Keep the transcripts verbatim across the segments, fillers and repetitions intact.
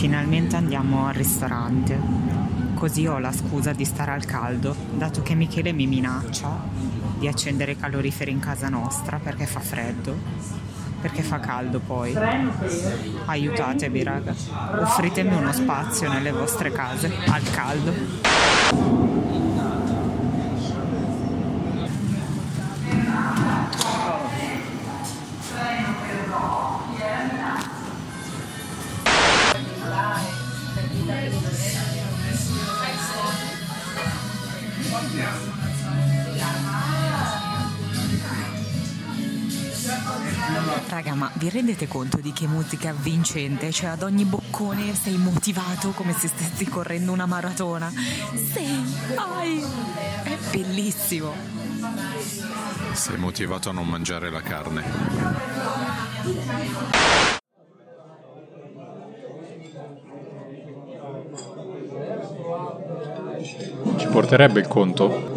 Finalmente andiamo al ristorante, così ho la scusa di stare al caldo, dato che Michele mi minaccia di accendere i caloriferi in casa nostra perché fa freddo, perché fa caldo poi. Aiutatevi raga, offritemi uno spazio nelle vostre case al caldo. Raga, ma vi rendete conto di che musica avvincente? Cioè ad ogni boccone sei motivato come se stessi correndo una maratona. Sì, vai! È bellissimo! Sei motivato a non mangiare la carne. Ci porterebbe il conto?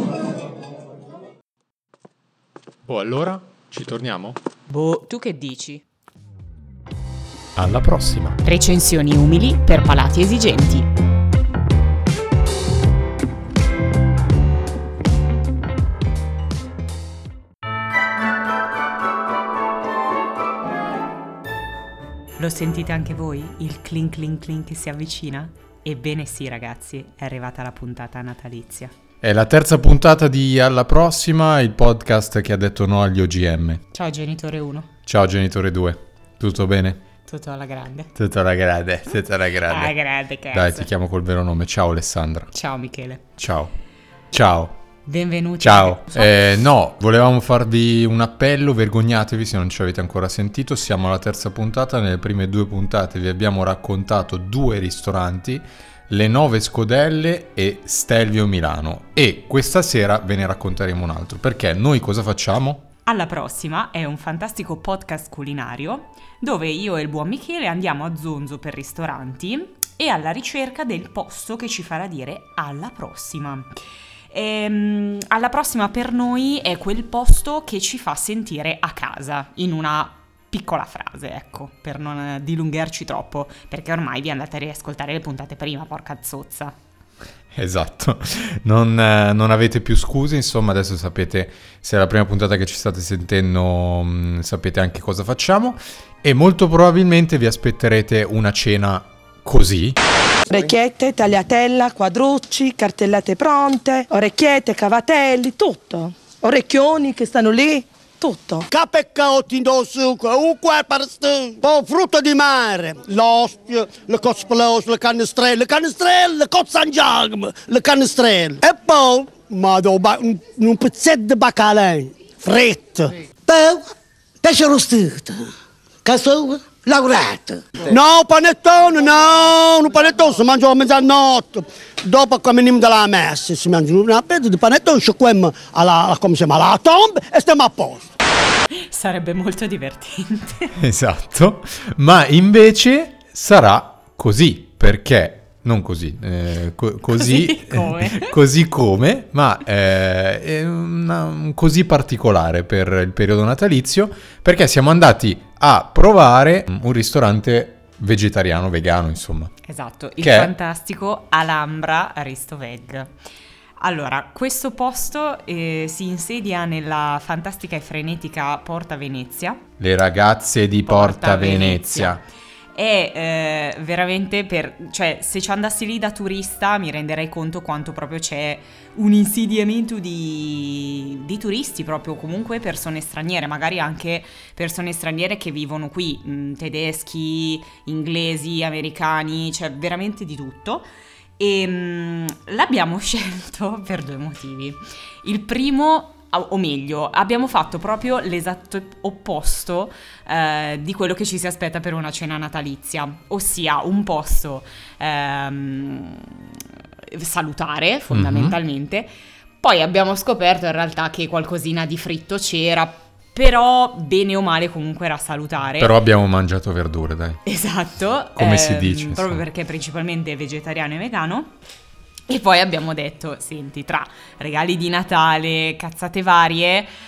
Oh, allora? Ci torniamo? Boh, tu che dici? Alla prossima! Recensioni umili per palati esigenti. Lo sentite anche voi? Il clink clink clink che si avvicina? Ebbene sì ragazzi, è arrivata la puntata natalizia. È la terza puntata di Alla Prossima, il podcast che ha detto no agli O G M. Ciao genitore uno. Ciao genitore due. Tutto bene? Tutto alla grande. Tutto alla grande, tutto alla grande. Alla grande, cazzo. Dai, ti chiamo col vero nome. Ciao Alessandra. Ciao Michele. Ciao. Ciao. Benvenuti. Ciao. Eh, no, volevamo farvi un appello, vergognatevi se non ci avete ancora sentito. Siamo alla terza puntata, nelle prime due puntate vi abbiamo raccontato due ristoranti, Le Nove Scodelle e Stelvio Milano, e questa sera ve ne racconteremo un altro, perché noi cosa facciamo? Alla Prossima è un fantastico podcast culinario dove io e il buon Michele andiamo a zonzo per ristoranti e alla ricerca del posto che ci farà dire alla prossima. Ehm, alla prossima per noi è quel posto che ci fa sentire a casa, in una piccola frase, ecco, per non dilungarci troppo, perché ormai vi andate a riascoltare le puntate prima, porca zozza. Esatto, non, eh, non avete più scuse, insomma adesso sapete, se è la prima puntata che ci state sentendo, mh, sapete anche cosa facciamo, e molto probabilmente vi aspetterete una cena così. Orecchiette, tagliatella, quadrucci, cartellate pronte, orecchiette, cavatelli, tutto. Orecchioni che stanno lì, tutto. Capeccotti in succo, un quarto per poi frutto di mare, l'ostio, le cosplose, le canestrelle, le canestrelle, le cozzangiagme, le canestrelle. E poi, ma un, un pezzetto di baccalà, fritto. Poi, pesce arrostito, cassola, laurato. No, panettone, no, un panettone si mangia a mezzanotte. Dopo che veniamo dalla messa si mangia una pezzo di panettone, sciacquiamo alla, come si chiama, alla tomba e stiamo a posto. Sarebbe molto divertente. Esatto, ma invece sarà così, perché non così, eh, co- così, Così come? così come, ma eh, è una, un così particolare per il periodo natalizio, perché siamo andati a provare un ristorante vegetariano, vegano, insomma. Esatto, il Che è? fantastico Alhambra Risto Veg. Allora, questo posto eh, si insedia nella fantastica e frenetica Porta Venezia. Le ragazze di Porta, Porta Venezia. Venezia. È eh, veramente per... cioè, se ci andassi lì da turista mi renderei conto quanto proprio c'è un insediamento di, di turisti, proprio comunque persone straniere, magari anche persone straniere che vivono qui, mh, tedeschi, inglesi, americani, cioè veramente di tutto. E mh, l'abbiamo scelto per due motivi. Il primo, o meglio, abbiamo fatto proprio l'esatto opposto eh, di quello che ci si aspetta per una cena natalizia, ossia un posto ehm, salutare fondamentalmente. Mm-hmm. Poi abbiamo scoperto in realtà che qualcosina di fritto c'era, però bene o male comunque era salutare. Però abbiamo mangiato verdure, dai. Esatto. Come ehm, si dice. Proprio insomma. perché principalmente è vegetariano e vegano. E poi abbiamo detto, senti, tra regali di Natale, cazzate varie,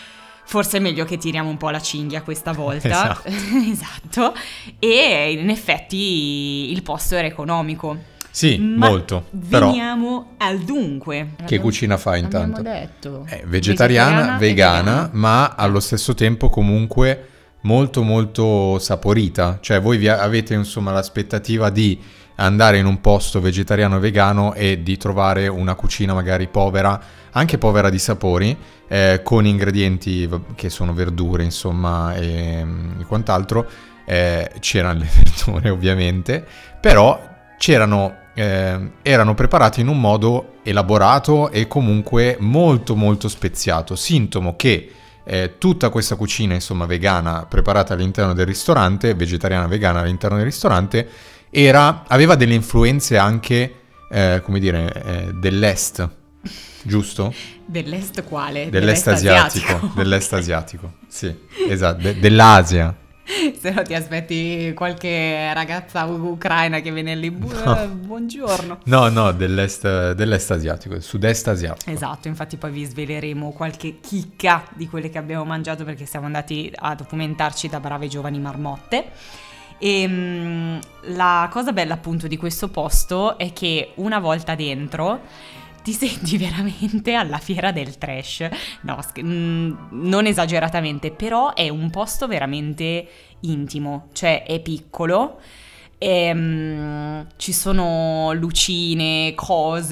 forse è meglio che tiriamo un po' la cinghia questa volta. Esatto. Esatto. E in effetti il posto era economico. Sì, Ma molto. Però veniamo al dunque. che cucina fa intanto? Abbiamo detto. È vegetariana, Vegetariana e vegana, vegana. ma allo stesso tempo comunque molto molto saporita. Cioè voi vi avete insomma l'aspettativa di andare in un posto vegetariano e vegano e di trovare una cucina magari povera, anche povera di sapori, eh, con ingredienti v- che sono verdure insomma e, e quant'altro. Eh, c'erano le verdure ovviamente, però c'erano eh, erano preparati in un modo elaborato e comunque molto molto speziato, sintomo che eh, tutta questa cucina insomma vegana preparata all'interno del ristorante, vegetariana vegana all'interno del ristorante, era, aveva delle influenze anche eh, come dire eh, dell'est, giusto? Dell'est quale? Dell'est asiatico, dell'est asiatico, sì, esatto, de- dell'Asia. Se no ti aspetti qualche ragazza u- ucraina che viene lì, bu- No. eh, buongiorno. No, no, dell'est, dell'est asiatico, del sud-est asiatico. Esatto, infatti poi vi sveleremo qualche chicca di quelle che abbiamo mangiato perché siamo andati a documentarci da brave giovani marmotte. E mh, la cosa bella appunto di questo posto è che una volta dentro ti senti veramente alla fiera del trash. No, sch- mh, non esageratamente, però è un posto veramente intimo, cioè è piccolo. E, mh, ci sono lucine, cose,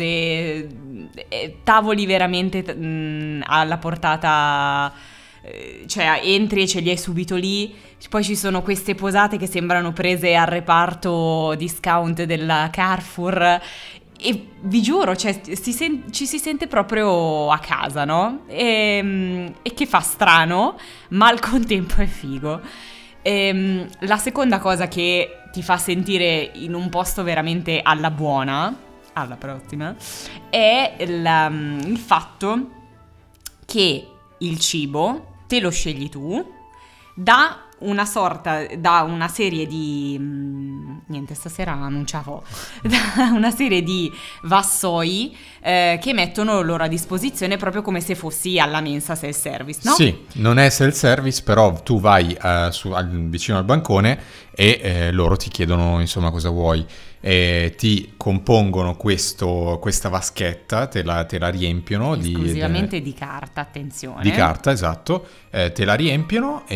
eh, tavoli veramente mh, alla portata, eh, cioè entri e ce li hai subito lì. Poi ci sono queste posate che sembrano prese al reparto discount della Carrefour e vi giuro, cioè, si sen- ci si sente proprio a casa, no? E, e che fa strano, ma al contempo è figo. E, la seconda cosa che ti fa sentire in un posto veramente alla buona, alla prossima, è il, il fatto che il cibo te lo scegli tu, da una sorta, da una serie di, mh, niente stasera annunciavo, da una serie di vassoi eh, che mettono loro a disposizione proprio come se fossi alla mensa self-service, no? Sì, non è self-service, però tu vai eh, su, al, vicino al bancone e eh, loro ti chiedono insomma cosa vuoi. E ti compongono questo, questa vaschetta, te la, te la riempiono di, Esclusivamente di, di carta, attenzione. di carta, esatto, eh, te la riempiono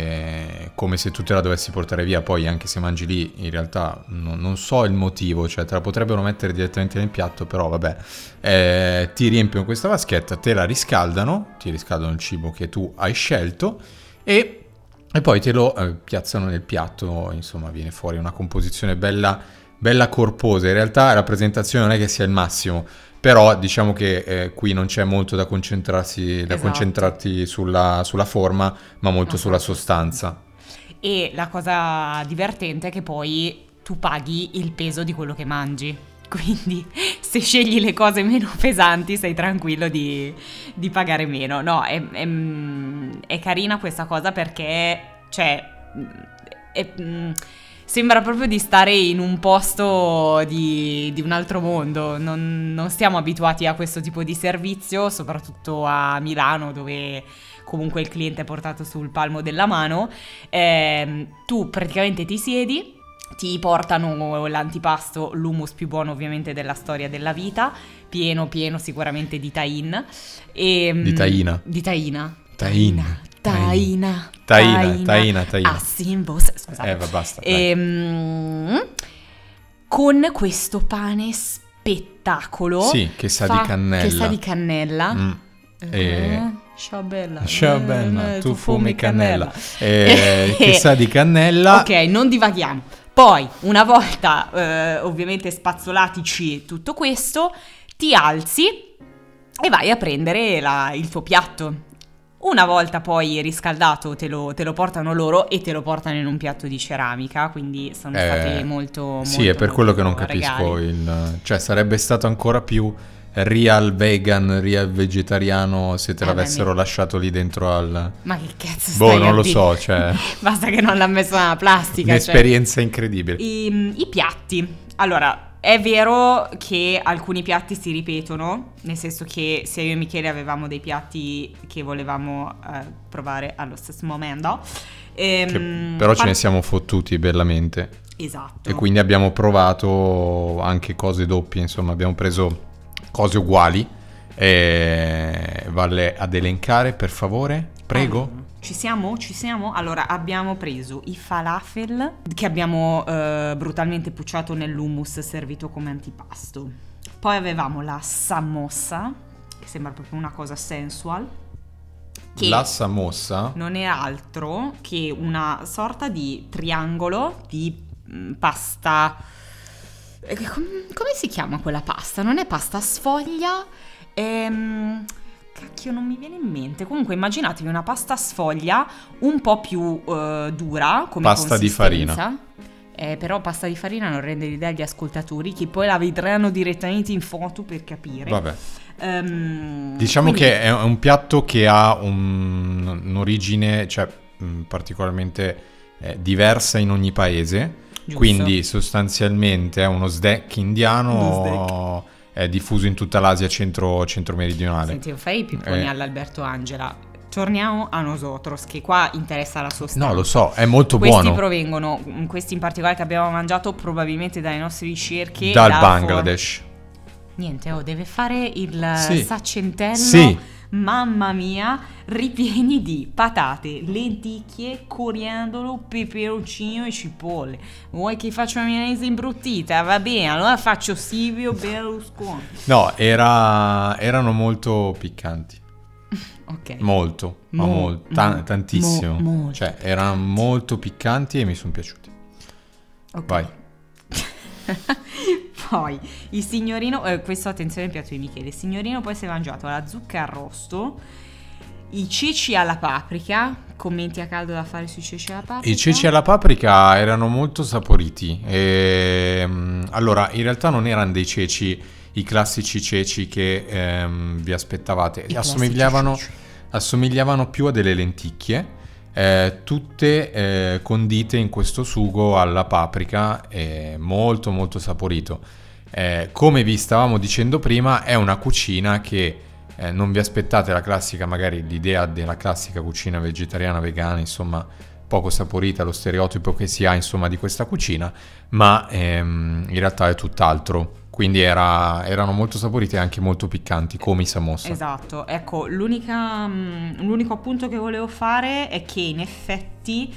e come se tu te la dovessi portare via, poi anche se mangi lì in realtà no, non so il motivo, cioè te la potrebbero mettere direttamente nel piatto, però vabbè, eh, ti riempiono questa vaschetta, te la riscaldano, ti riscaldano il cibo che tu hai scelto e, e poi te lo eh, piazzano nel piatto, insomma viene fuori una composizione bella bella corposa. In realtà la presentazione non è che sia il massimo, però diciamo che eh, qui non c'è molto da concentrarsi da Esatto. concentrarti sulla, sulla forma, ma molto Ma sulla sulla sostanza. E la cosa divertente è che poi tu paghi il peso di quello che mangi. Quindi se scegli le cose meno pesanti sei tranquillo di, di pagare meno. No, è, è, è carina questa cosa perché, cioè, è, sembra proprio di stare in un posto di, di un altro mondo. Non, non siamo abituati a questo tipo di servizio, soprattutto a Milano dove comunque il cliente è portato sul palmo della mano. Eh, tu praticamente ti siedi, ti portano l'antipasto, l'hummus più buono ovviamente della storia della vita, pieno pieno sicuramente di tahin. E, Di tahina. Di tahina. Tahina. Tahina. Tahina, tahina, tahina. Ah, Simbos, scusate. Eh, va, basta. E, mm, con questo pane spettacolo. Sì, che sa di cannella. Che sa di cannella. Mm. Eh, E... Sciabella. Sciabella, Eh, tu fumi cannella. Eh, che sa di cannella. Ok, non divaghiamo. Poi, una volta eh, ovviamente spazzolatici tutto questo, ti alzi e vai a prendere la- il tuo piatto. Una volta poi riscaldato te lo, te lo portano loro e te lo portano in un piatto di ceramica, quindi sono Eh, stati molto, Sì, molto, è per quello che non molto capisco regali. il... Cioè sarebbe stato ancora più real vegan, real vegetariano se te Eh, l'avessero beh, lasciato lì dentro al... Ma che cazzo Boh, stai non a lo dire? so, cioè... Basta che non l'ha messo nella plastica. Cioè. Un'esperienza incredibile. I, I piatti. Allora, è vero che alcuni piatti si ripetono, nel senso che sia io e Michele avevamo dei piatti che volevamo eh, provare allo stesso momento. Ehm, Che però ce par- ne siamo fottuti bellamente. Esatto. E quindi abbiamo provato anche cose doppie, insomma abbiamo preso cose uguali. E vale ad elencare, per favore, prego. Allora, ci siamo? Ci siamo? Allora, abbiamo preso i falafel che abbiamo eh, brutalmente pucciato nell'hummus servito come antipasto. Poi avevamo la samosa, che sembra proprio una cosa sensual. Che La samosa non è altro che una sorta di triangolo di mh, pasta. eh, com- come si chiama quella pasta? Non è pasta sfoglia? Ehm, cacchio, non mi viene in mente. Comunque immaginatevi una pasta sfoglia un po' più eh, dura come Pasta di consistenza. farina. Eh, però pasta di farina non rende l'idea agli ascoltatori, che poi la vedranno direttamente in foto per capire. Vabbè. Ehm, Diciamo quindi- che è un piatto che ha un- un'origine, cioè, mh, particolarmente eh, diversa in ogni paese. Giusto. Quindi sostanzialmente è uno snack indiano, Uno è diffuso in tutta l'Asia centro, centro-meridionale. Senti, non fai i pipponi Eh. all'Alberto Angela. Torniamo a nosotros, che qua interessa la sostanza. No, lo so, è molto Questi buono. provengono, questi in particolare che abbiamo mangiato, probabilmente dalle nostre ricerche. Dal da Bangladesh. for- Niente, oh, deve fare il Sì. saccentello. Sì. Mamma mia, ripieni di patate, lenticchie, coriandolo, peperoncino e cipolle. Vuoi che faccia una milanese imbruttita? Va bene, allora faccio Silvio Berlusconi. No, era- erano molto piccanti. Ok. Molto, ma Mo- molto, ta- mo- tantissimo. mo- molto Cioè, erano molto piccanti e mi sono piaciuti. Ok. Vai. Poi il signorino, eh, questo attenzione al piatto di Michele, il signorino poi si è mangiato la zucca arrosto, i ceci alla paprika, commenti a caldo da fare sui ceci alla paprika? I ceci alla paprika erano molto saporiti. E, mm, allora, in realtà non erano dei ceci, i classici ceci che ehm, vi aspettavate. I Assomigliavano, classici ceci. assomigliavano più a delle lenticchie, eh, tutte eh, condite in questo sugo alla paprika, eh, molto molto saporito. Eh, come vi stavamo dicendo prima, è una cucina che eh, non vi aspettate la classica, magari l'idea della classica cucina vegetariana, vegana, insomma poco saporita, lo stereotipo che si ha insomma di questa cucina, ma ehm, in realtà è tutt'altro. Quindi era, erano molto saporiti e anche molto piccanti, come i samosa. Esatto, ecco, l'unica, mh, l'unico appunto che volevo fare è che in effetti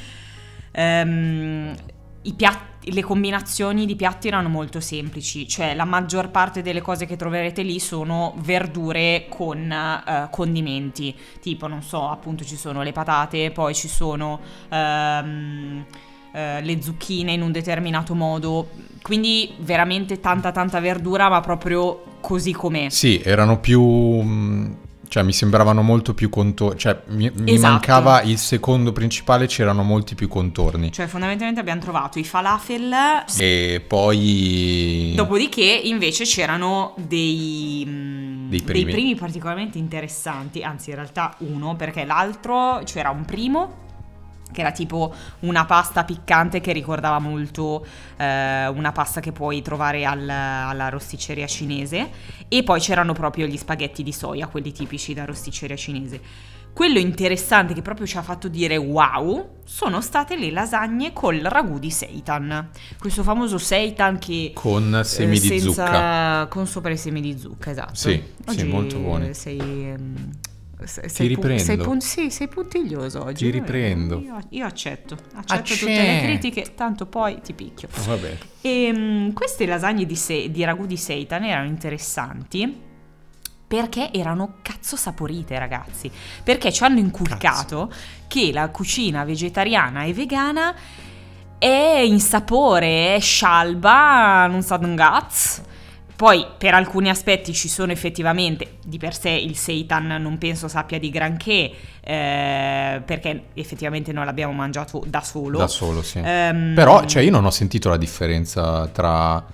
ehm, i piatti, le combinazioni di piatti erano molto semplici, cioè la maggior parte delle cose che troverete lì sono verdure con eh, condimenti, tipo non so, appunto ci sono le patate, poi ci sono ehm, eh, le zucchine in un determinato modo, quindi veramente tanta tanta verdura, ma proprio così com'è. Sì, erano più... mh, cioè mi sembravano molto più contorni, cioè mi, mi Esatto. mancava il secondo principale, c'erano molti più contorni. Cioè fondamentalmente abbiamo trovato i falafel, E poi... dopodiché invece c'erano dei, mh, Dei primi. particolarmente interessanti, anzi in realtà uno, perché l'altro c'era un primo che era tipo una pasta piccante che ricordava molto eh, una pasta che puoi trovare al- alla rosticceria cinese, e poi c'erano proprio gli spaghetti di soia, quelli tipici da rosticceria cinese. Quello interessante che proprio ci ha fatto dire wow sono state le lasagne col ragù di seitan, questo famoso seitan che Con semi eh, di senza- zucca. con sopra i semi di zucca, esatto. Sì, sì, molto buoni. Sei, ehm, sei, Ti sei pu- riprendo. sei pun- sì, sei puntiglioso oggi. Ti riprendo. Io, io accetto, accetto Accè. tutte le critiche, tanto poi ti picchio. Va bene. E mh, queste lasagne di, se- di ragù di seitan erano interessanti perché erano cazzo saporite, ragazzi, perché ci hanno inculcato che la cucina vegetariana e vegana è in sapore, è scialba, non sa un cazzo. Poi per alcuni aspetti ci sono effettivamente, di per sé il seitan non penso sappia di granché, eh, perché effettivamente non l'abbiamo mangiato da solo. Da solo, sì. Ehm, Però, cioè, io non ho sentito la differenza tra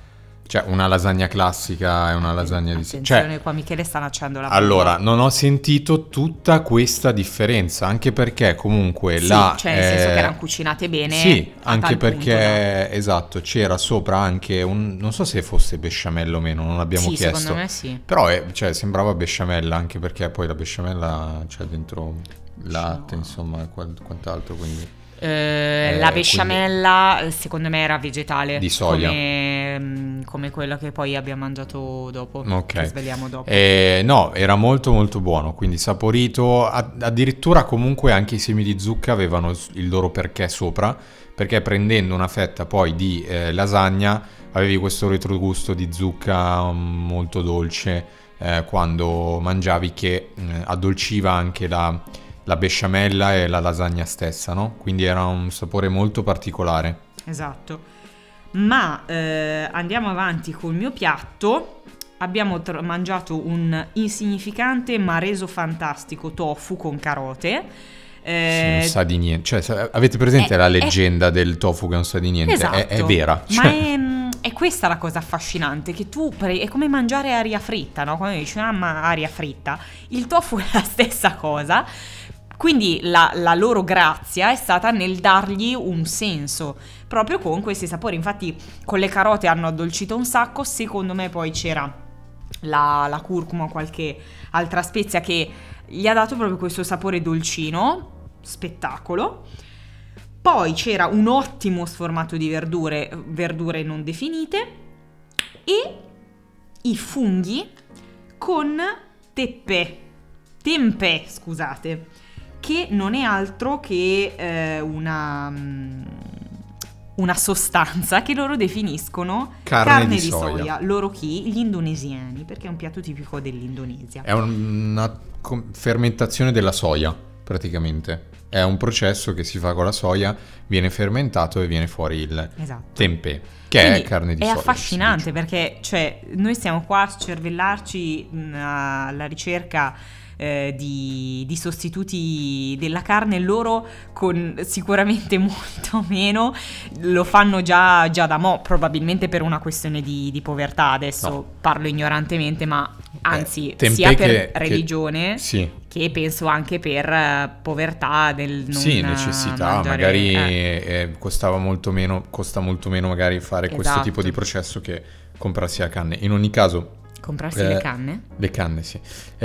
Cioè, una lasagna classica e una lasagna di... Attenzione, Cioè, qua Michele sta lanciando la allora, bomba. non ho sentito tutta questa differenza, anche perché comunque Sì, la... cioè nel senso eh, che erano cucinate bene. Sì, a anche tal perché, punto, esatto, c'era sopra anche un... non so se fosse besciamella o meno, non no? abbiamo Sì, chiesto. secondo me sì. Però eh, cioè, sembrava besciamella, anche perché poi la besciamella c'è dentro latte, No. insomma, e quant- quant'altro, quindi... Eh, Eh, la besciamella eh, secondo me era vegetale, Di soia. come, mm, come quella che poi abbiamo mangiato dopo, Ok. che svegliamo dopo. Eh, no, era molto molto buono, quindi saporito, a- addirittura comunque anche i semi di zucca avevano s- il loro perché sopra, perché prendendo una fetta poi di eh, lasagna avevi questo retrogusto di zucca mm, molto dolce eh, quando mangiavi, che mm, addolciva anche la, la besciamella e la lasagna stessa, no? Quindi era un sapore molto particolare. Esatto. Ma eh, andiamo avanti col mio piatto. Abbiamo tr- mangiato un insignificante ma reso fantastico tofu con carote. Sì, Eh, non sa di niente. Cioè, sa- avete presente è- la è- leggenda del tofu che non sa di niente? Esatto. È, è vera. Ma Cioè, è, mm, è questa la cosa affascinante, che tu pre- è come mangiare aria fritta, no? Quando dici ah, ma aria fritta, il tofu è la stessa cosa. Quindi la, la loro grazia è stata nel dargli un senso, proprio con questi sapori. Infatti con le carote hanno addolcito un sacco, secondo me poi c'era la, la curcuma o qualche altra spezia che gli ha dato proprio questo sapore dolcino, spettacolo. Poi c'era un ottimo sformato di verdure, verdure non definite, e i funghi con teppe, tempe, scusate, che non è altro che eh, una, mm, una sostanza che loro definiscono Carne di soia. Loro chi? Gli indonesiani, perché è un piatto tipico dell'Indonesia. è una com- fermentazione della soia, praticamente. È un processo che si fa con la soia, viene fermentato e viene fuori il Esatto. tempeh, che Quindi è carne di è soia. affascinante si dice. perché cioè, noi stiamo qua a cervellarci mh, alla ricerca eh, di, di sostituti della carne, loro con sicuramente molto meno lo fanno già, già da mo', probabilmente per una questione di, di povertà, adesso No. parlo ignorantemente, ma anzi Eh, tempeh sia per che- che- religione Sì. che penso anche per eh, povertà del non Sì, necessità, mangiare, magari eh. eh, costava molto meno, costa molto meno magari fare questo Esatto. tipo di processo che comprarsi la canne. In ogni caso, Comprarsi Eh, le canne? le canne, sì.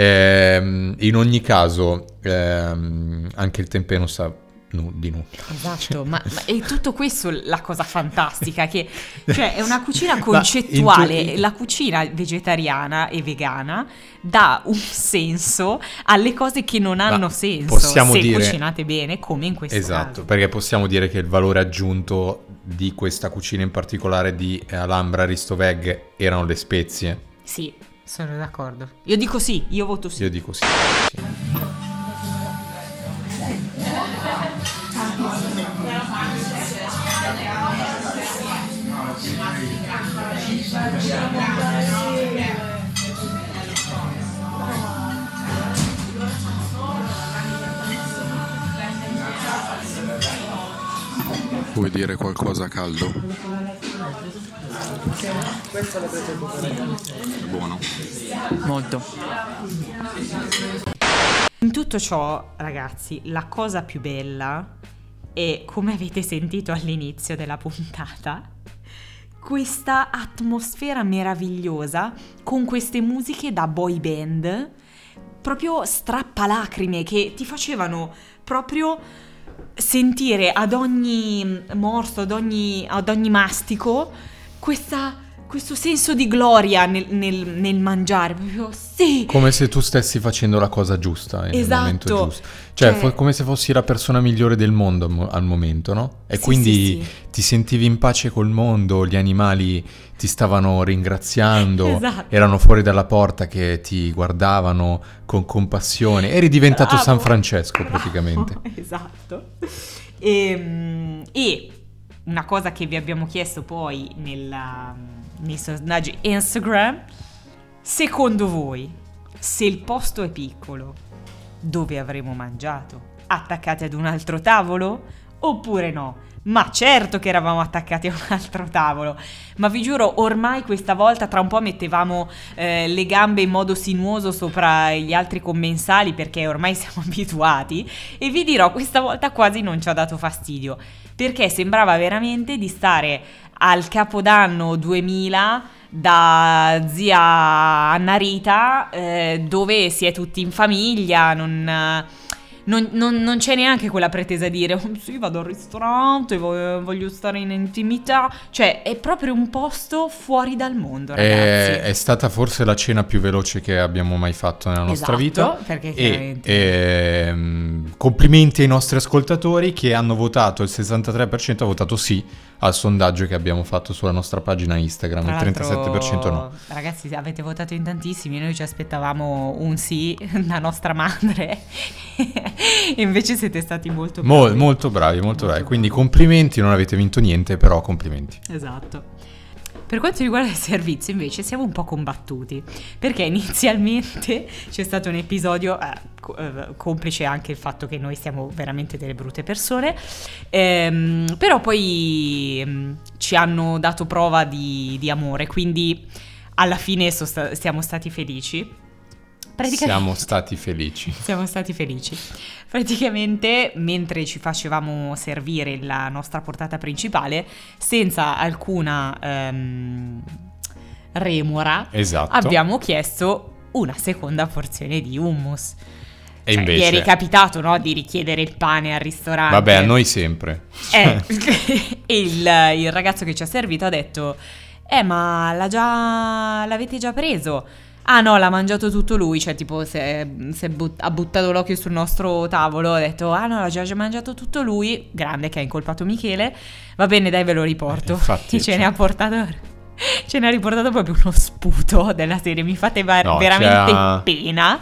Ehm, in ogni caso, ehm, anche il tempeh non sa nu- di nulla. Esatto, ma, ma è tutto questo la cosa fantastica, che cioè è una cucina Ma concettuale, in tu- la cucina vegetariana e vegana dà un senso alle cose che non hanno senso possiamo se dire- cucinate bene, come in questo Esatto, caso. perché possiamo dire che il valore aggiunto di questa cucina, in particolare di eh, Alhambra Ristoveg, erano le spezie. Sì, sono d'accordo. Io dico sì, io voto sì. Io dico sì. sì. Vuoi dire qualcosa caldo? Buono. Molto. In tutto ciò, ragazzi, la cosa più bella è, come avete sentito all'inizio della puntata, questa atmosfera meravigliosa con queste musiche da boy band, proprio strappalacrime, che ti facevano proprio sentire ad ogni morso, ad ogni, ad ogni mastico, questa, questo senso di gloria nel, nel, nel mangiare, proprio sì! Come se tu stessi facendo la cosa giusta nel Esatto. momento giusto. Cioè, Cioè- fo- come se fossi la persona migliore del mondo al mo- al momento, no? E Sì, quindi sì, sì. ti sentivi in pace col mondo, gli animali ti stavano ringraziando, Esatto. erano fuori dalla porta che ti guardavano con compassione. Eri diventato Bravo. San Francesco, Bravo. praticamente. Esatto. E, e una cosa che vi abbiamo chiesto poi nella, nei sondaggi Instagram: secondo voi, se il posto è piccolo, dove avremo mangiato? Attaccati ad un altro tavolo? Oppure no? Ma certo che eravamo attaccati a un altro tavolo, ma vi giuro, ormai questa volta tra un po' mettevamo eh, le gambe in modo sinuoso sopra gli altri commensali perché ormai siamo abituati, e vi dirò, questa volta quasi non ci ha dato fastidio, perché sembrava veramente di stare al Capodanno duemila da zia Anna Rita, eh, dove si è tutti in famiglia, non... Non, non, non c'è neanche quella pretesa di dire oh, sì, vado al ristorante, voglio, voglio stare in intimità. Cioè è proprio un posto fuori dal mondo, ragazzi. È, è stata forse la cena più veloce che abbiamo mai fatto nella nostra esatto, vita. Perché e, e um, complimenti ai nostri ascoltatori che hanno votato, il sessantatré per cento ha votato sì al sondaggio che abbiamo fatto sulla nostra pagina Instagram, il trentasette per cento no. Ragazzi, avete votato in tantissimi, noi ci aspettavamo un sì da nostra madre e invece siete stati molto bravi. Mol, molto bravi, molto, molto bravi, quindi complimenti, non avete vinto niente, però complimenti. Esatto. Per quanto riguarda il servizio invece siamo un po' combattuti, perché inizialmente c'è stato un episodio, eh, complice anche il fatto che noi siamo veramente delle brutte persone, ehm, però poi ehm, ci hanno dato prova di, di amore, quindi alla fine so sta- siamo stati felici. Siamo stati felici. Siamo stati felici. Praticamente, mentre ci facevamo servire la nostra portata principale, senza alcuna ehm, remora, esatto, abbiamo chiesto una seconda porzione di hummus. E cioè, invece... Gli è ricapitato, no, di richiedere il pane al ristorante. Vabbè, a noi sempre. Eh, e il, il ragazzo che ci ha servito ha detto Eh, ma l'ha già... l'avete già preso? Ah no, l'ha mangiato tutto lui, cioè tipo se, se but- ha buttato l'occhio sul nostro tavolo, ha detto ah no, l'ha già, già mangiato tutto lui, grande che ha incolpato Michele, va bene dai ve lo riporto, eh, infatti, e ce cioè... ne ha portato, ce ne ha riportato proprio uno sputo della serie, mi fate va- no, veramente c'è... pena,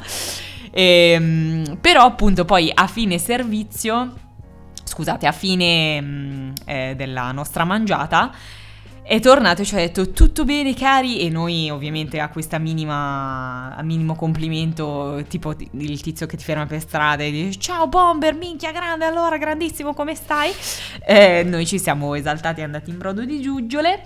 ehm, però appunto poi a fine servizio, scusate, a fine mh, eh, della nostra mangiata, è tornato e ci ha detto tutto bene cari, e noi ovviamente a questa minima a minimo complimento, tipo il tizio che ti ferma per strada e dice ciao Bomber, minchia grande, allora grandissimo, come stai? Eh, noi ci siamo esaltati e andati in brodo di giuggiole,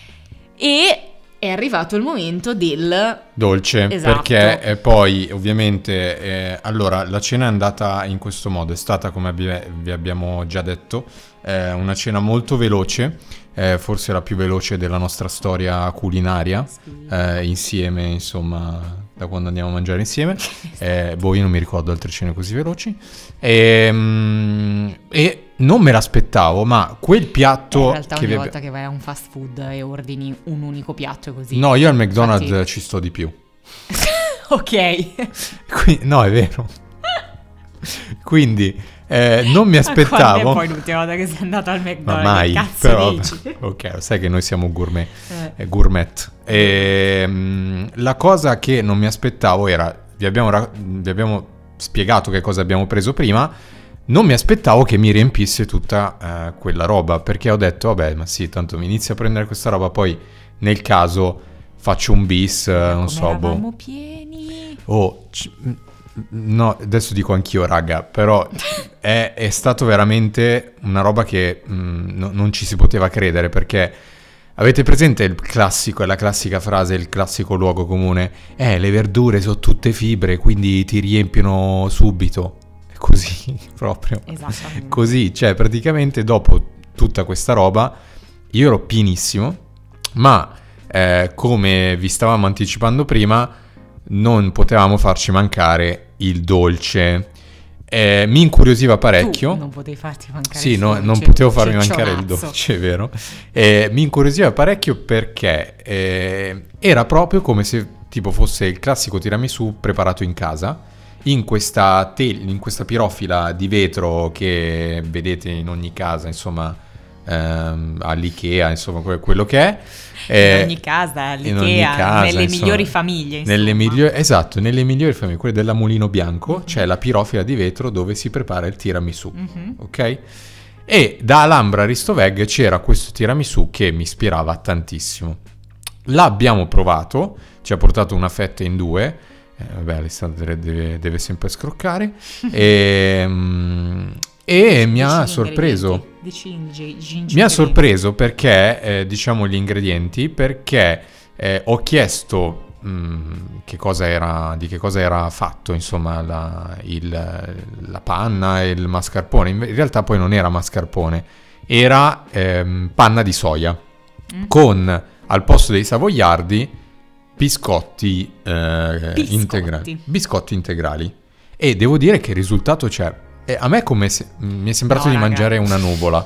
e è arrivato il momento del dolce, esatto. Perché eh, poi ovviamente eh, allora la cena è andata in questo modo, è stata come abbi- vi abbiamo già detto eh, una cena molto veloce, eh, forse la più veloce della nostra storia culinaria, sì. eh, insieme insomma da quando andiamo a mangiare insieme, eh, boh io non mi ricordo altre cene così veloci, e, mm, e non me l'aspettavo, ma quel piatto eh, in realtà che ogni vi... volta che vai a un fast food e ordini un unico piatto è così. No, io al McDonald's Infatti... ci sto di più. Ok. Quindi, no, è vero. Quindi eh, non mi aspettavo. Quando è poi l'ultima volta che sei andato al McDonald's? Ma mai, cazzo però, dici? ok, sai che noi siamo gourmet, eh. eh, gourmet. E, mh, la cosa che non mi aspettavo era, vi abbiamo, ra- vi abbiamo spiegato che cosa abbiamo preso prima, non mi aspettavo che mi riempisse tutta uh, quella roba, perché ho detto, vabbè, ma sì, tanto mi inizio a prendere questa roba, poi nel caso faccio un bis, uh, non come so, eravamo boh. pieni. Oh, c- no, adesso dico anch'io, raga, però è, è stato veramente una roba che mh, no, non ci si poteva credere, perché avete presente il classico, la classica frase, il classico luogo comune, eh, le verdure sono tutte fibre, quindi ti riempiono subito. Così proprio, così, cioè praticamente dopo tutta questa roba io ero pienissimo, ma eh, come vi stavamo anticipando prima non potevamo farci mancare il dolce, eh, mi incuriosiva parecchio. Tu non potevi farti mancare sì, il no, dolce, non potevo farmi ciccionazzo. mancare il dolce, è vero, eh, mi incuriosiva parecchio perché eh, era proprio come se tipo fosse il classico tiramisù preparato in casa, in questa, tel- in questa pirofila di vetro che vedete in ogni casa, insomma, ehm, all'Ikea, insomma, que- quello che è. Eh, in ogni casa, all'Ikea, ogni casa, nelle insomma, migliori famiglie, insomma. Nelle migliori, esatto, nelle migliori famiglie, quelle della Mulino Bianco, mm-hmm. c'è la pirofila di vetro dove si prepara il tiramisù, mm-hmm. ok? E da Alhambra Ristoveg c'era questo tiramisù che mi ispirava tantissimo. L'abbiamo provato, ci ha portato una fetta in due. Eh, vabbè, Alessandra deve, deve sempre scroccare e, mm, e mi ha sorpreso Dici gi- gingebrina. Mi ha sorpreso perché, eh, diciamo gli ingredienti, perché eh, ho chiesto mh, che cosa era, di che cosa era fatto, insomma, la, il, la panna e il mascarpone. In realtà poi non era mascarpone, era ehm, panna di soia, mm. con al posto dei savoiardi biscotti, eh, biscotti. integrali. Biscotti integrali. E devo dire che il risultato c'è. E a me come se, mi è sembrato no, di raga. mangiare una nuvola.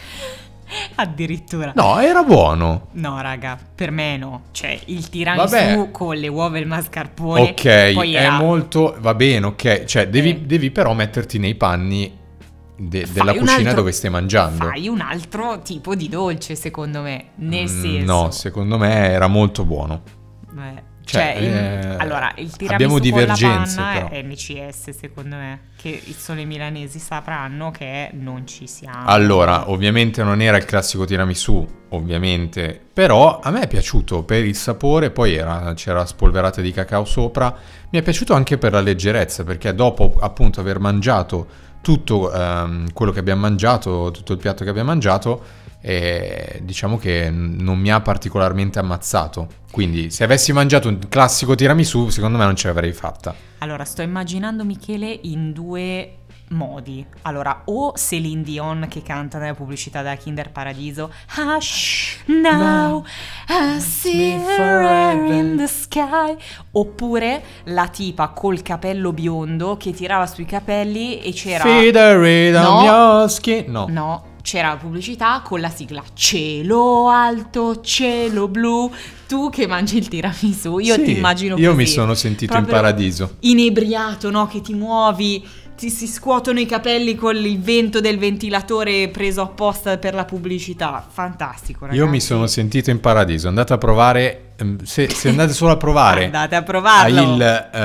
Addirittura. No, era buono. No, raga, per me no. Cioè, il tiramisù Vabbè. con le uova e il mascarpone. Ok, poi è era... molto... Va bene, ok. Cioè, devi, Eh. devi però metterti nei panni de- Fai della un cucina altro- dove stai mangiando. Fai un altro tipo di dolce, secondo me. Nel Mm, senso... No, secondo me era molto buono. Eh, Cioè, Cioè, il- eh, allora, il tiramisù abbiamo divergenze, con la panna però. è M C S, secondo me, che solo i milanesi sapranno che non ci siamo. Allora, ovviamente non era il classico tiramisù, ovviamente, però a me è piaciuto per il sapore, poi era, c'era spolverata di cacao sopra, mi è piaciuto anche per la leggerezza, perché dopo appunto aver mangiato tutto ehm, quello che abbiamo mangiato, tutto il piatto che abbiamo mangiato, e diciamo che non mi ha particolarmente ammazzato. Quindi se avessi mangiato un classico tiramisù, secondo me non ce l'avrei fatta. Allora, sto immaginando Michele in due modi. Allora, o Celine Dion che canta nella pubblicità della Kinder Paradiso, Hush, now I see her in the sky. Oppure la tipa col capello biondo che tirava sui capelli e c'era... Feel the rhythm No. of your skin. No. No, c'era la pubblicità con la sigla cielo alto, cielo blu. Tu che mangi il tiramisù, io Sì, ti immagino io così, mi sono sentito in proprio paradiso. inebriato, no? Che ti muovi, ti si scuotono i capelli con il vento del ventilatore preso apposta per la pubblicità. Fantastico, ragazzi. Io mi sono sentito in paradiso. Andate a provare. ehm, Se, se andate solo a provare Andate a provarlo. il,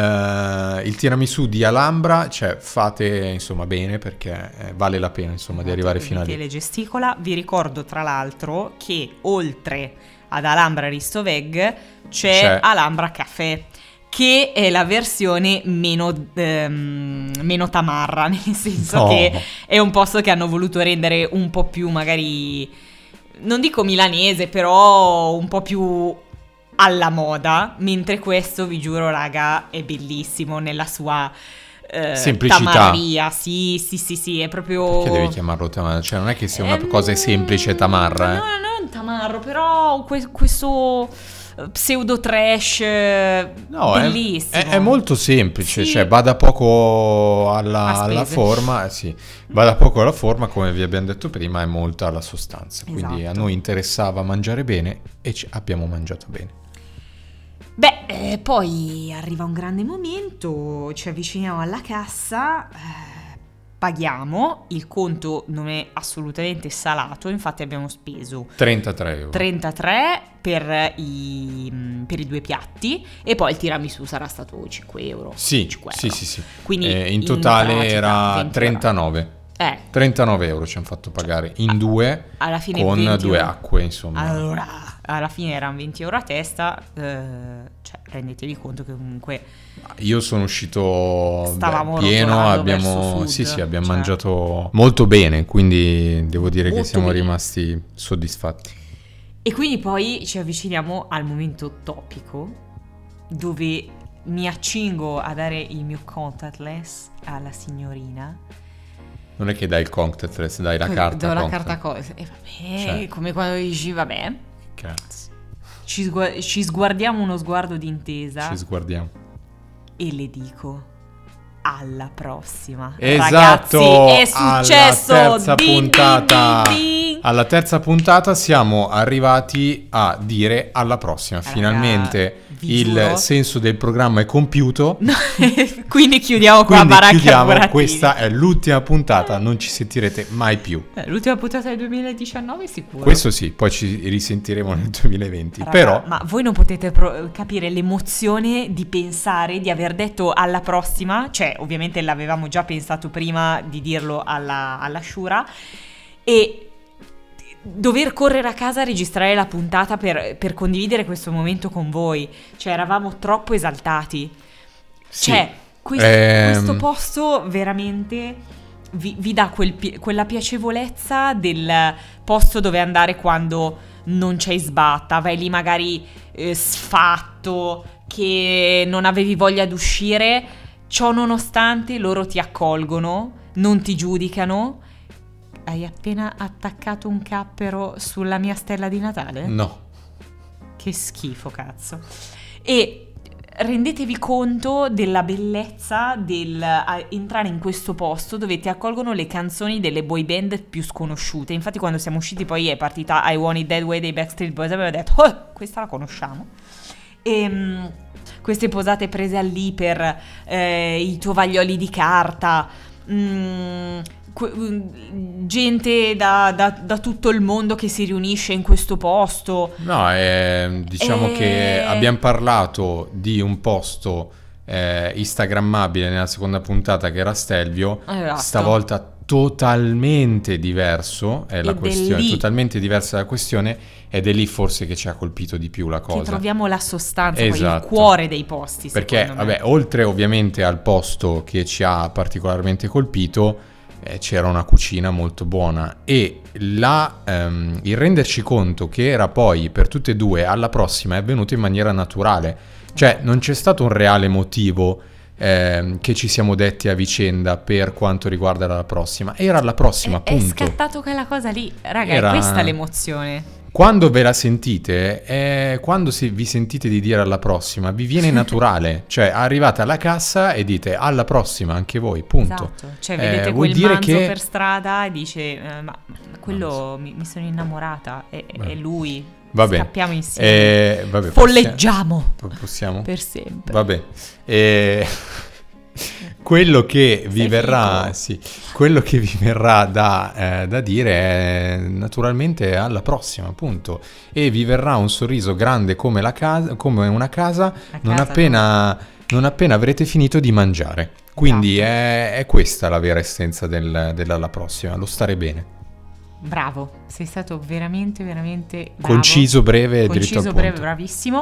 eh, il tiramisù di Alhambra, cioè fate insomma bene, perché eh, vale la pena insomma di arrivare fino a lì. Michele gesticola. Vi ricordo tra l'altro che oltre ad Alhambra Ristoveg c'è, C'è. Alhambra Café, che è la versione meno, ehm, meno tamarra, nel senso No. che è un posto che hanno voluto rendere un po' più magari, non dico milanese, però un po' più alla moda, mentre questo, vi giuro raga, è bellissimo nella sua eh, Semplicità. tamarria. Sì, sì, sì, sì, è proprio... Che devi chiamarlo tamarra? Cioè non è che sia una Ehm, cosa semplice tamarra, eh. No, non è un tamarro, però que- questo eh, pseudo trash eh, No, è, bellissimo. è, è molto semplice, Sì. cioè bada poco alla, A alla spese. forma, eh, sì, bada poco alla forma, come vi abbiamo detto prima, è molta alla sostanza. Quindi a Esatto. noi interessava mangiare bene e ci abbiamo mangiato bene. Beh, eh, poi arriva un grande momento, ci avviciniamo alla cassa, eh, paghiamo, il conto non è assolutamente salato, infatti abbiamo speso trentatré euro. trentatré per i, per i due piatti e poi il tiramisù sarà stato cinque euro. Sì, cinque sì, euro. sì, sì. Quindi Eh, in in totale pratica era venti trentanove. Eh, trentanove euro ci hanno fatto pagare in due, alla fine con venti due euro. acque, insomma. Allora, alla fine erano venti euro a testa, eh, cioè rendetevi conto che comunque Io sono uscito Stavamo beh, pieno, rotolando abbiamo, verso sud, sì, sì, abbiamo cioè. mangiato molto bene, quindi devo dire che Molto siamo bene. rimasti soddisfatti. E quindi poi ci avviciniamo al momento topico, dove mi accingo a dare il mio contactless alla signorina. Non è che dai il contactless, dai la Do carta. la contact. carta cosa. E vabbè, Cioè. come quando dici, vabbè, Cazzo, ci, sgua- ci sguardiamo uno sguardo d'intesa ci sguardiamo. e le dico... alla prossima. Esatto, Ragazzi, è successo. alla terza Din, din, puntata. din, din. Alla terza puntata siamo arrivati a dire alla prossima. Raga, Finalmente vi il giuro. senso del programma è compiuto. Quindi chiudiamo qua Quindi baracca chiudiamo, lavorativa. questa è l'ultima puntata, non ci sentirete mai più. Eh, L'ultima puntata del duemiladiciannove sicuro. Questo sì, poi ci risentiremo nel duemilaventi. Raga, Però ma voi non potete pro- capire l'emozione di pensare di aver detto alla prossima, cioè ovviamente l'avevamo già pensato prima di dirlo alla, alla Shura, e dover correre a casa a registrare la puntata per, per condividere questo momento con voi. Cioè eravamo troppo esaltati. sì, Cioè questo, ehm, questo posto veramente vi, vi dà quel pi- quella piacevolezza del posto dove andare quando non c'è sbatta, vai lì magari eh, sfatto, che non avevi voglia di uscire, ciò nonostante loro ti accolgono, non ti giudicano. Hai appena attaccato un cappero sulla mia stella di Natale? No. Che schifo, cazzo. E rendetevi conto della bellezza del a, entrare in questo posto dove ti accolgono le canzoni delle boy band più sconosciute. Infatti quando siamo usciti poi è partita I Want It That Way dei Backstreet Boys, avevo detto oh, questa la conosciamo. E um, queste posate prese all'iper, eh, i tovaglioli di carta, mm, gente da, da, da tutto il mondo che si riunisce in questo posto. No, eh, diciamo E... che abbiamo parlato di un posto eh, instagrammabile nella seconda puntata che era Stelvio, Esatto. Stavolta totalmente diverso è la Ed è questione, lì. totalmente diversa la questione, ed è lì forse che ci ha colpito di più la cosa. Che troviamo la sostanza, poi Esatto. il cuore dei posti, Perché, secondo me. vabbè, oltre ovviamente al posto che ci ha particolarmente colpito, eh, c'era una cucina molto buona, e la, ehm, il renderci conto che era poi per tutte e due alla prossima è avvenuto in maniera naturale. Cioè non c'è stato un reale motivo ehm, che ci siamo detti a vicenda per quanto riguarda la prossima. Era la prossima, è, è punto. scattato quella cosa lì, raga, Era- è questa l'emozione. Quando ve la sentite, è quando si- vi sentite di dire alla prossima, vi viene naturale. Cioè arrivate alla cassa e dite alla prossima anche voi, punto. Esatto, cioè Eh, vedete vuol quel dire manzo che- per strada e dice eh, ma quello mi, mi sono innamorata, è, è lui, Vabbè. scappiamo insieme, Eh, vabbè, folleggiamo possi- Possiamo? per sempre. Vabbè. Eh, quello che vi Sei verrà, figo. sì, quello che vi verrà da, eh, da dire è naturalmente alla prossima, punto. E vi verrà un sorriso grande come, la casa, come una casa, La non, casa, appena, non appena avrete finito di mangiare. Quindi Esatto. è, è questa la vera essenza del, dell'alla prossima, lo stare bene. Bravo, sei stato veramente veramente bravo. Conciso, breve e dritto al Conciso, punto. breve, bravissimo.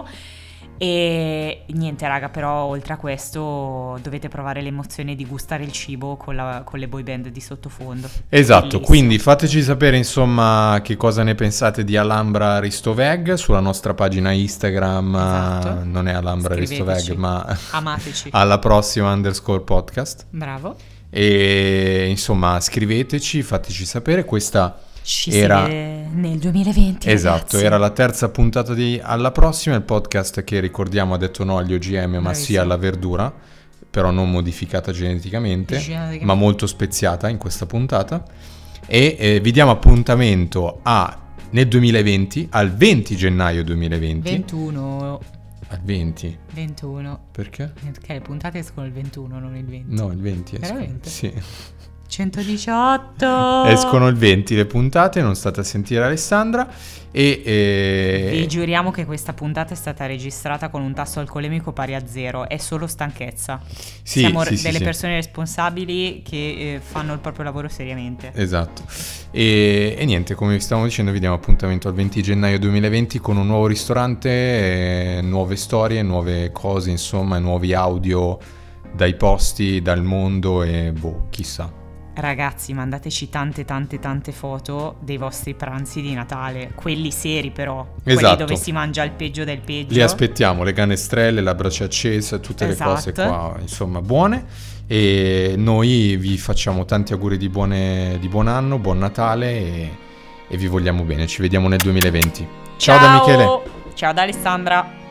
E niente raga, però oltre a questo dovete provare l'emozione di gustare il cibo con, la- con le boy band di sottofondo. Esatto, Bellissimo. quindi fateci sapere insomma che cosa ne pensate di Alhambra Ristoveg sulla nostra pagina Instagram. Esatto. Non è Alhambra Scriveteci. Ristoveg, ma Amateci. alla prossima underscore podcast. Bravo. E insomma scriveteci, fateci sapere. Questa Ci era si vede nel duemilaventi. esatto, ragazzi. era la terza puntata di Alla prossima, il podcast che ricordiamo ha detto no agli O G M, ma sì Bravissimo. alla verdura, però non modificata geneticamente, Geneticamente. ma molto speziata in questa puntata. E eh, vi diamo appuntamento a nel duemilaventi, al venti gennaio duemilaventi. ventuno. Al venti? ventuno. Perché? Perché le puntate escono il ventuno, non il venti. No, il venti escono. Veramente? Sì. centodiciotto. Escono il venti le puntate, non state a sentire Alessandra. E eh, Vi giuriamo che questa puntata è stata registrata con un tasso alcolemico pari a zero. È solo stanchezza. sì, Siamo sì, sì, delle sì. persone responsabili che eh, fanno il proprio lavoro seriamente. Esatto. E, e niente, come vi stavamo dicendo, vi diamo appuntamento al venti gennaio duemilaventi con un nuovo ristorante, eh, nuove storie, nuove cose, insomma, nuovi audio dai posti, dal mondo e boh, chissà. Ragazzi, mandateci tante tante tante foto dei vostri pranzi di Natale, quelli seri però, quelli Esatto. dove si mangia il peggio del peggio. Li aspettiamo, le canestrelle, la brace accesa, tutte Esatto. le cose qua, insomma, buone. E noi vi facciamo tanti auguri di, buone, di buon anno, buon Natale e, e vi vogliamo bene. Ci vediamo nel duemilaventi. Ciao da Michele. Ciao da Alessandra.